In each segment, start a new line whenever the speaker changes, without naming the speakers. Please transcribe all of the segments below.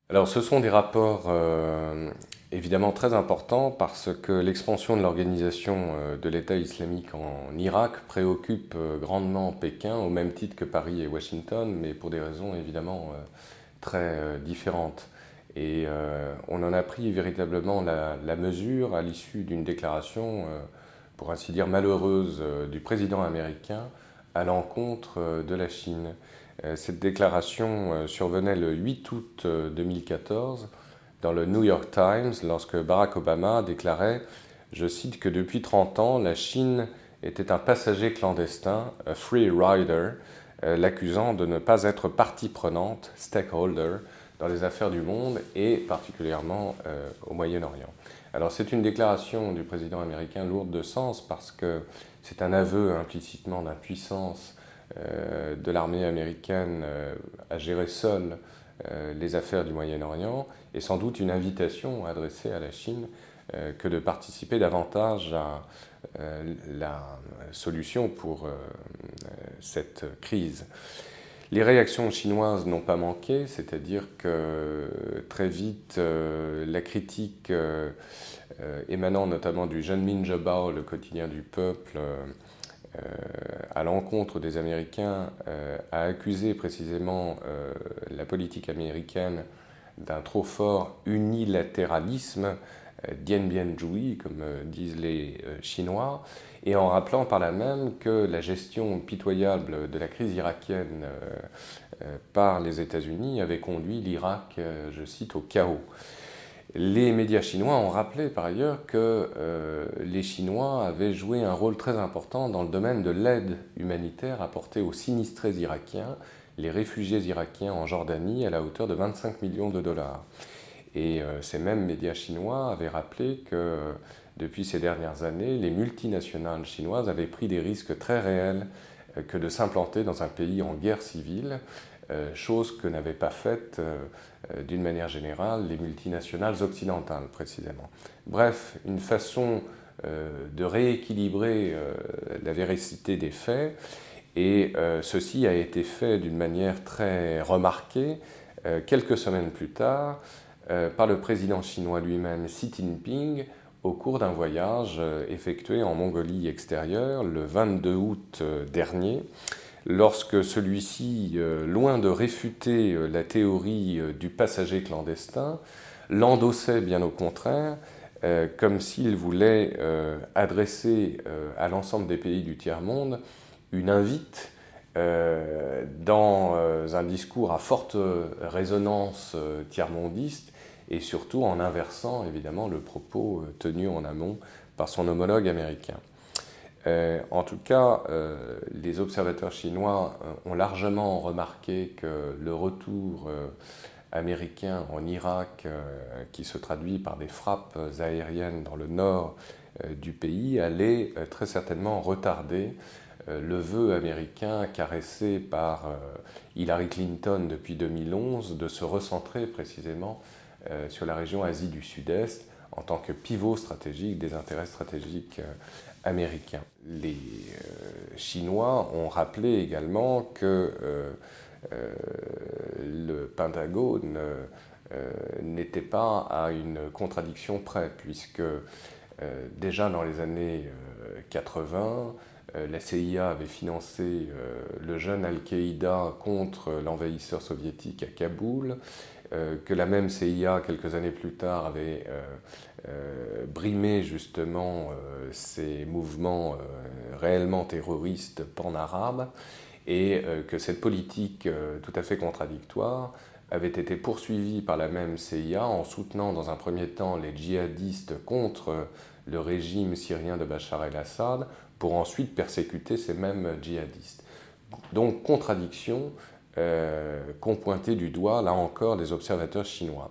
Alors, ce sont des rapports évidemment très importants parce que l'expansion de l'organisation de l'État islamique en Irak préoccupe grandement Pékin, au même titre que Paris et Washington, mais pour des raisons évidemment très différentes. Et on en a pris véritablement la mesure à l'issue d'une déclaration, pour ainsi dire malheureuse, du président américain à l'encontre de la Chine. Cette déclaration survenait le 8 août 2014 dans le New York Times lorsque Barack Obama déclarait, je cite, que depuis 30 ans, la Chine était un passager clandestin, a free rider, l'accusant de ne pas être partie prenante, stakeholder, dans les affaires du monde et particulièrement au Moyen-Orient. Alors c'est une déclaration du président américain lourde de sens parce que c'est un aveu implicitement d'impuissance de l'armée américaine à gérer seule les affaires du Moyen-Orient et sans doute une invitation adressée à la Chine que de participer davantage à la solution pour cette crise. Les réactions chinoises n'ont pas manqué, c'est-à-dire que très vite la critique émanant notamment du Zhenmin Zhebao, le quotidien du peuple, à l'encontre des Américains, a accusé précisément la politique américaine d'un trop fort unilatéralisme, Dien Bien Phu, comme disent les Chinois, et en rappelant par là même que la gestion pitoyable de la crise irakienne par les États-Unis avait conduit l'Irak, je cite, au chaos. Les médias chinois ont rappelé par ailleurs que les Chinois avaient joué un rôle très important dans le domaine de l'aide humanitaire apportée aux sinistrés irakiens, les réfugiés irakiens en Jordanie, à la hauteur de 25 millions de dollars. Et ces mêmes médias chinois avaient rappelé que depuis ces dernières années, les multinationales chinoises avaient pris des risques très réels que de s'implanter dans un pays en guerre civile, chose que n'avaient pas faite d'une manière générale les multinationales occidentales précisément. Bref, une façon de rééquilibrer la véracité des faits, et ceci a été fait d'une manière très remarquée quelques semaines plus tard par le président chinois lui-même Xi Jinping au cours d'un voyage effectué en Mongolie extérieure le 22 août dernier, lorsque celui-ci, loin de réfuter la théorie du passager clandestin, l'endossait bien au contraire, comme s'il voulait adresser à l'ensemble des pays du tiers-monde une invite dans un discours à forte résonance tiers-mondiste et surtout en inversant évidemment le propos tenu en amont par son homologue américain. En tout cas, les observateurs chinois ont largement remarqué que le retour américain en Irak, qui se traduit par des frappes aériennes dans le nord du pays, allait très certainement retarder le vœu américain caressé par Hillary Clinton depuis 2011 de se recentrer précisément sur la région Asie du Sud-Est en tant que pivot stratégique des intérêts stratégiques américains. Les Chinois ont rappelé également que le Pentagone n'était pas à une contradiction près, puisque déjà dans les années 80, la CIA avait financé le jeune Al-Qaïda contre l'envahisseur soviétique à Kaboul, que la même CIA, quelques années plus tard, avait brimé justement ces mouvements réellement terroristes pan-arabes, et que cette politique tout à fait contradictoire avait été poursuivie par la même CIA en soutenant dans un premier temps les djihadistes contre le régime syrien de Bachar el-Assad pour ensuite persécuter ces mêmes djihadistes. Donc contradiction qu'ont pointé du doigt, là encore, les observateurs chinois.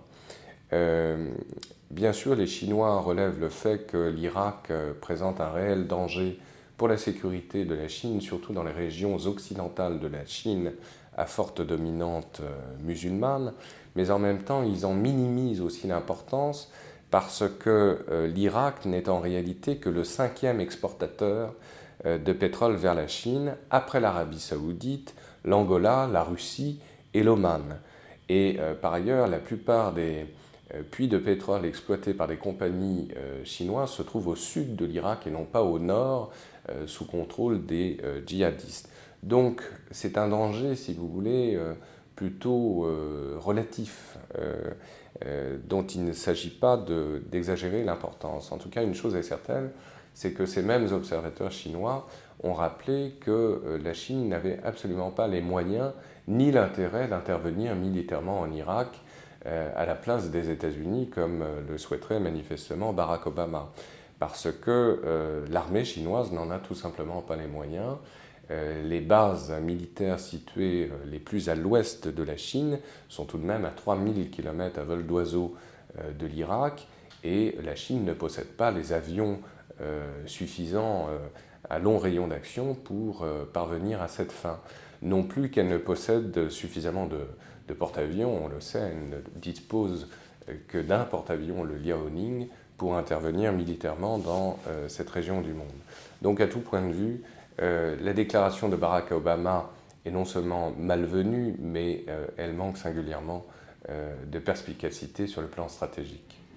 Bien sûr, les Chinois relèvent le fait que l'Irak présente un réel danger pour la sécurité de la Chine, surtout dans les régions occidentales de la Chine à forte dominante musulmane, mais en même temps, ils en minimisent aussi l'importance parce que l'Irak n'est en réalité que le 5e exportateur de pétrole vers la Chine, après l'Arabie saoudite, l'Angola, la Russie et l'Oman. Et par ailleurs, la plupart des puits de pétrole exploités par des compagnies chinoises se trouvent au sud de l'Irak et non pas au nord, sous contrôle des djihadistes. Donc c'est un danger, si vous voulez, plutôt relatif, dont il ne s'agit pas d'exagérer l'importance. En tout cas, une chose est certaine, c'est que ces mêmes observateurs chinois ont rappelé que la Chine n'avait absolument pas les moyens ni l'intérêt d'intervenir militairement en Irak à la place des États-Unis, comme le souhaiterait manifestement Barack Obama, parce que l'armée chinoise n'en a tout simplement pas les moyens. Les bases militaires situées les plus à l'ouest de la Chine sont tout de même à 3000 km à vol d'oiseau de l'Irak, et la Chine ne possède pas les avions suffisants à long rayon d'action pour parvenir à cette fin. Non plus qu'elle ne possède suffisamment de porte-avions, on le sait, elle ne dispose que d'un porte-avions, le Liaoning, pour intervenir militairement dans cette région du monde. Donc à tout point de vue, la déclaration de Barack Obama est non seulement malvenue, mais elle manque singulièrement de perspicacité sur le plan stratégique.